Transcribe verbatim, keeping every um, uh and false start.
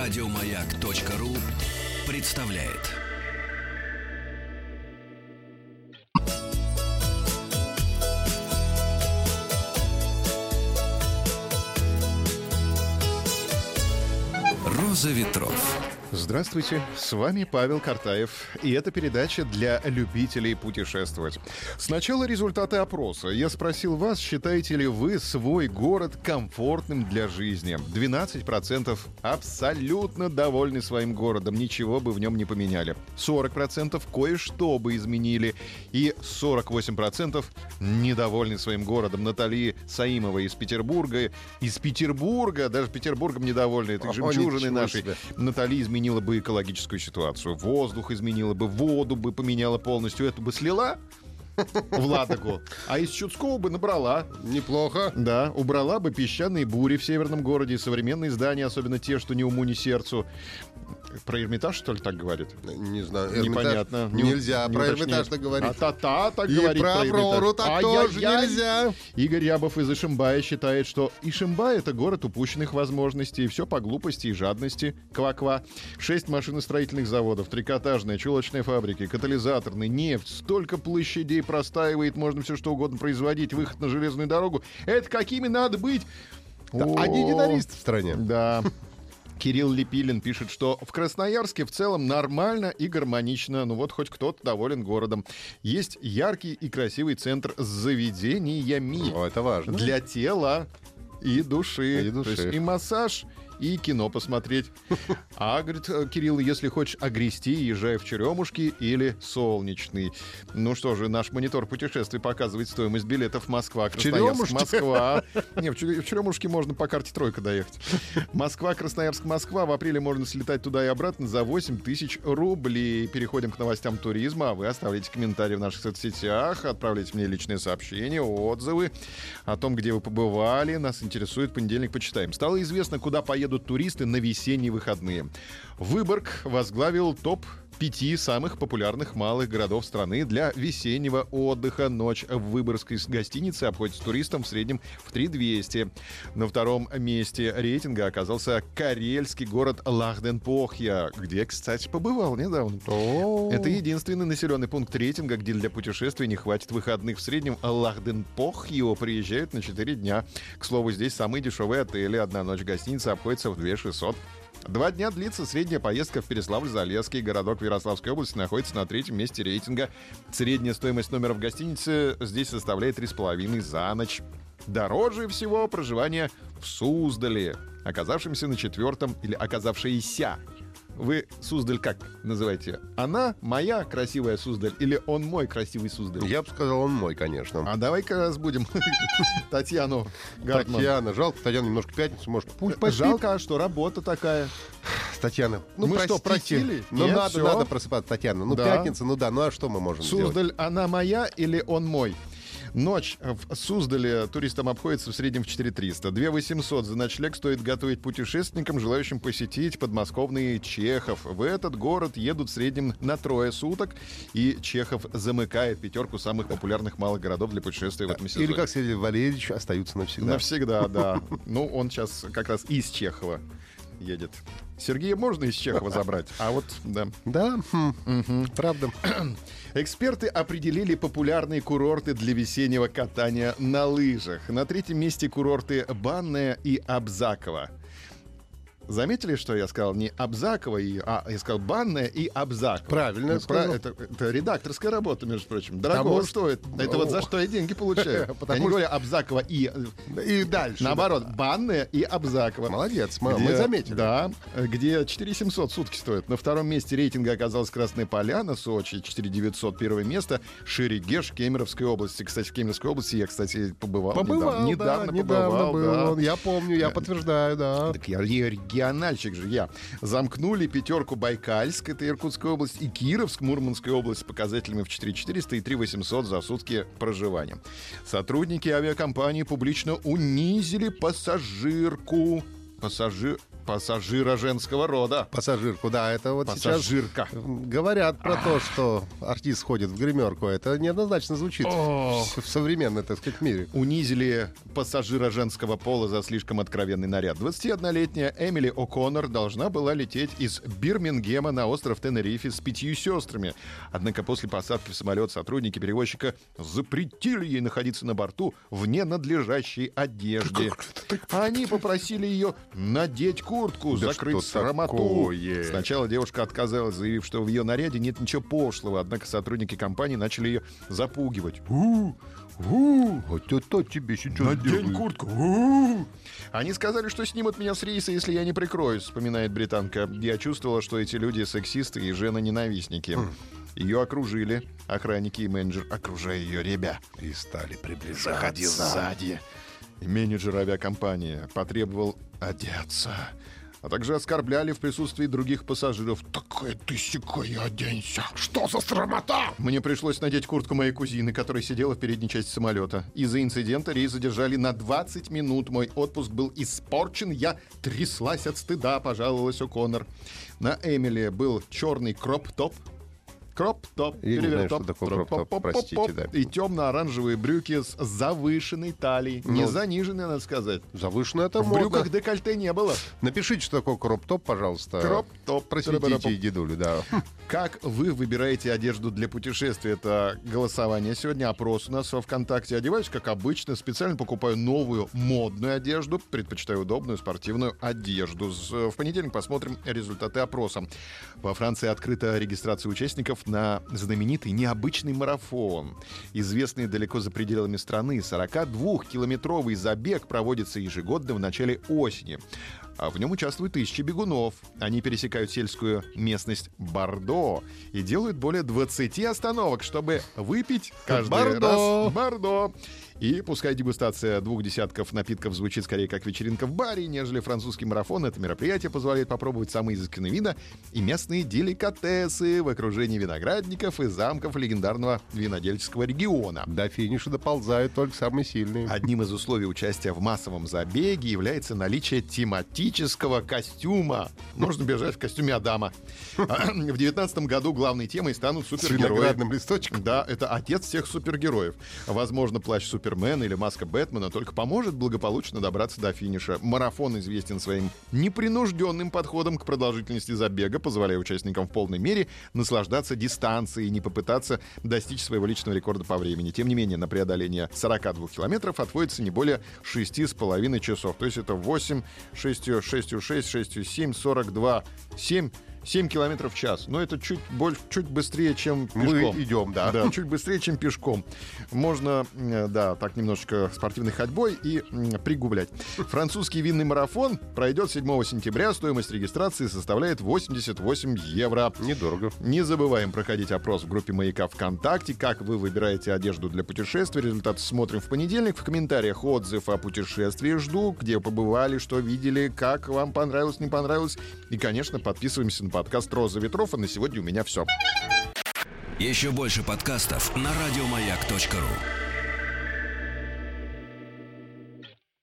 Радиомаяк.ру представляет. «Роза ветров». Здравствуйте, с вами Павел Картаев, и это передача для любителей путешествовать. Сначала результаты опроса. Я спросил вас, считаете ли вы свой город комфортным для жизни. двенадцать процентов абсолютно довольны своим городом, ничего бы в нем не поменяли. сорок процентов кое-что бы изменили, и сорок восемь процентов недовольны своим городом. Наталья Саимова из Петербурга, из Петербурга, даже Петербургом недовольны, этой жемчужиной нашей. Наталья изменила изменила бы экологическую ситуацию. Воздух изменила бы, воду бы поменяла полностью. Эту бы слила в Ладогу, а из Чудского бы набрала. Неплохо. Да, убрала бы песчаные бури в северном городе, современные здания, особенно те, что ни уму, ни сердцу. Про Эрмитаж, что ли, так говорит? Не знаю. Эрмитаж непонятно. Нельзя не про уточняет. Эрмитаж так говорить. А та-та так и говорит про Аврору так Ай-яй-яй. тоже нельзя. Игорь Рябов из Ишимбая считает, что Ишимбай — это город упущенных возможностей. Все по глупости и жадности. Ква-ква. Шесть машиностроительных заводов, трикотажные, чулочные фабрики, катализаторные, нефть. Столько площадей простаивает, можно все что угодно производить. Выход на железную дорогу. Это какими надо быть? Да, они ненавистят в стране. Да. Кирилл Лепилин пишет, что в Красноярске в целом нормально и гармонично. Ну вот хоть кто-то доволен городом. Есть яркий и красивый центр с заведениями. О, это важно. Для тела и души. И души. То есть и массаж, и кино посмотреть. А, говорит Кирилл, если хочешь огрести, езжай в Черемушки или Солнечный. Ну что же, наш монитор путешествий показывает стоимость билетов Москва, Красноярск, Москва. Не, в Черемушке можно по карте тройка доехать. Москва, Красноярск, Москва. В апреле можно слетать туда и обратно за восемь тысяч рублей. Переходим к новостям туризма. А вы оставляйте комментарии в наших соцсетях, отправляйте мне личные сообщения, отзывы о том, где вы побывали. Нас интересует, понедельник почитаем. Стало известно, куда поедут туристы на весенние выходные. Выборг возглавил топ пяти самых популярных малых городов страны для весеннего отдыха. Ночь в Выборгской гостинице обходится туристам в среднем в три тысячи двести. На втором месте рейтинга оказался карельский город Лахденпохья, где, кстати, побывал недавно. О-о-о. Это единственный населенный пункт рейтинга, где для путешествий не хватит выходных. В среднем Лахденпохью приезжают на четыре дня. К слову, здесь самые дешевые отели. Одна ночь гостиницы обходится в две тысячи шестьсот. Два дня длится средняя поездка в Переславль-Залесский. Городок в Ярославской области находится на третьем месте рейтинга. Средняя стоимость номера в гостинице здесь составляет три с половиной за ночь. Дороже всего проживание в Суздале, оказавшемся на четвертом, или оказавшейся. Вы Суздаль как называете? Она моя красивая Суздаль или он мой красивый Суздаль? Я бы сказал, он мой, конечно. А давай-ка разбудим Татьяну Гартман. Татьяна, жалко, Татьяна немножко пятницу, может, пусть поспит. Жалко, а что работа такая. Татьяна, ну мы простите, что, просили? Ну Нет, надо, всё. надо просыпаться, Татьяна. Ну Да. пятница, ну да, ну а что мы можем сделать? Суздаль, она моя или он мой? Ночь в Суздале туристам обходится в среднем в четыре тысячи триста. две тысячи восемьсот за ночлег стоит готовить путешественникам, желающим посетить подмосковный Чехов. В этот город едут в среднем на трое суток, и Чехов замыкает пятерку самых популярных малых городов для путешествия в этом сезоне. Или, как Сергей Валерьевич, остаются навсегда. Навсегда, да. Ну, он сейчас как раз из Чехова едет. Сергея можно из Чехова забрать, а вот, да. Да, хм, Мгм. правда. Эксперты определили популярные курорты для весеннего катания на лыжах. На третьем месте курорты Банная и Абзаково. Заметили, что я сказал не Абзаково, и, а я сказал Банная и Абзаково. Правильно Ну, сказал. это, это редакторская работа, между прочим. Дорого Потому стоит. Это вот за что я деньги получаю. Я Потому не что- говорю Абзаково и... И дальше. Наоборот, Банная и Абзаково. Молодец, мы, Где- мы заметили. Да, где четыре тысячи семьсот сутки стоит. На втором месте рейтинга оказалась Красная Поляна, Сочи, четыре тысячи девятьсот. Первое место Шерегеш Кемеровской области. Кстати, в Кемеровской области я, кстати, побывал. Побывал, недавно. да, Недавно побывал, был. да. Я помню, я подтверждаю, да. Так я региональщик же я. Замкнули пятерку Байкальск, это Иркутская область, и Кировск, Мурманская область с показателями в четыре тысячи четыреста и три тысячи восемьсот за сутки проживания. Сотрудники авиакомпании публично унизили пассажирку. Пассажир... Пассажира женского рода. Пассажирку, да, это вот Пассажирка. сейчас говорят про то, что артист ходит в гримерку. Это неоднозначно звучит в, в современном, так сказать, мире. Унизили пассажира женского пола за слишком откровенный наряд. двадцатиоднолетняя Эмили О'Коннор должна была лететь из Бирмингема на остров Тенерифе с пятью сестрами. Однако после посадки в самолет сотрудники перевозчика запретили ей находиться на борту в ненадлежащей одежде. А они попросили ее надеть куртку, Да закрыть что срамоту. такое? Сначала девушка отказалась, заявив, что в ее наряде нет ничего пошлого. Однако сотрудники компании начали ее запугивать. У, у, Вот это тебе сейчас надень делают. куртку. У. Они сказали, что снимут меня с рейса, если я не прикроюсь, вспоминает британка. Я чувствовала, что эти люди сексисты и женоненавистники. Ее окружили охранники и менеджер, окружая ее ребят. И стали приближаться. Заходи сзади. И менеджер авиакомпании потребовал одеться. А также оскорбляли в присутствии других пассажиров. «Такая ты сякая, оденься! Что за срамота?» Мне пришлось надеть куртку моей кузины, которая сидела в передней части самолета. Из-за инцидента рейс задержали на двадцать минут. Мой отпуск был испорчен. Я тряслась от стыда, пожаловалась О'Коннор. На Эмили был черный кроп-топ. Кроп-топ. Я не или знаю, топ, что такое троп, кроп-топ, поп, поп, простите, поп. да. И темно-оранжевые брюки с завышенной талией. Не Ну. заниженной, надо сказать. Завышено это В модно. брюках декольте не было. Напишите, что такое кроп-топ, пожалуйста. Кроп-топ. Просветите дедулю, да. Как вы выбираете одежду для путешествия? Это голосование сегодня, опрос у нас во ВКонтакте. Одеваюсь, как обычно, специально покупаю новую модную одежду, предпочитаю удобную спортивную одежду. С- В понедельник посмотрим результаты опроса. Во Франции открыта регистрация участников на знаменитый необычный марафон. Известный далеко за пределами страны, сорокадвухкилометровый забег проводится ежегодно в начале осени. А в нем участвуют тысячи бегунов. Они пересекают сельскую местность Бордо и делают более двадцати остановок, чтобы выпить каждый Бордо. раз Бордо. И пускай дегустация двух десятков напитков звучит скорее как вечеринка в баре, нежели французский марафон, это мероприятие позволяет попробовать самые изысканные вина и местные деликатесы в окружении виноградников и замков легендарного винодельческого региона. До финиша доползают только самые сильные. Одним из условий участия в массовом забеге является наличие тематического костюма. Можно бежать в костюме Адама. А, В девятнадцатом году главной темой станут С супергерои. виноградным листочком. Да, это отец всех супергероев. Возможно, плащ Супермена или маска Бэтмена только поможет благополучно добраться до финиша. Марафон известен своим непринужденным подходом к продолжительности забега, позволяя участникам в полной мере наслаждаться дистанцией и не попытаться достичь своего личного рекорда по времени. Тем не менее, на преодоление сорока двух километров отводится не более шести с половиной часов. То есть это восемь, шесть, шесть, шесть, шесть, семь, сорок два, семь. семь километров в час. Но это чуть, больше, чуть быстрее, чем Мы пешком. идем, да. Да, чуть быстрее, чем пешком. Можно, э, да, так немножечко спортивной ходьбой и м, пригублять. Французский винный марафон пройдет седьмого сентября. Стоимость регистрации составляет восемьдесят восемь евро. Недорого. Не забываем проходить опрос в группе «Маяка» ВКонтакте. Как вы выбираете одежду для путешествия? Результаты смотрим в понедельник. В комментариях отзыв о путешествии жду. Где побывали, что видели, как вам понравилось, не понравилось. И, конечно, подписываемся на подкаст «Роза ветров». А на сегодня у меня все. Еще больше подкастов на радиомаяк точка ру.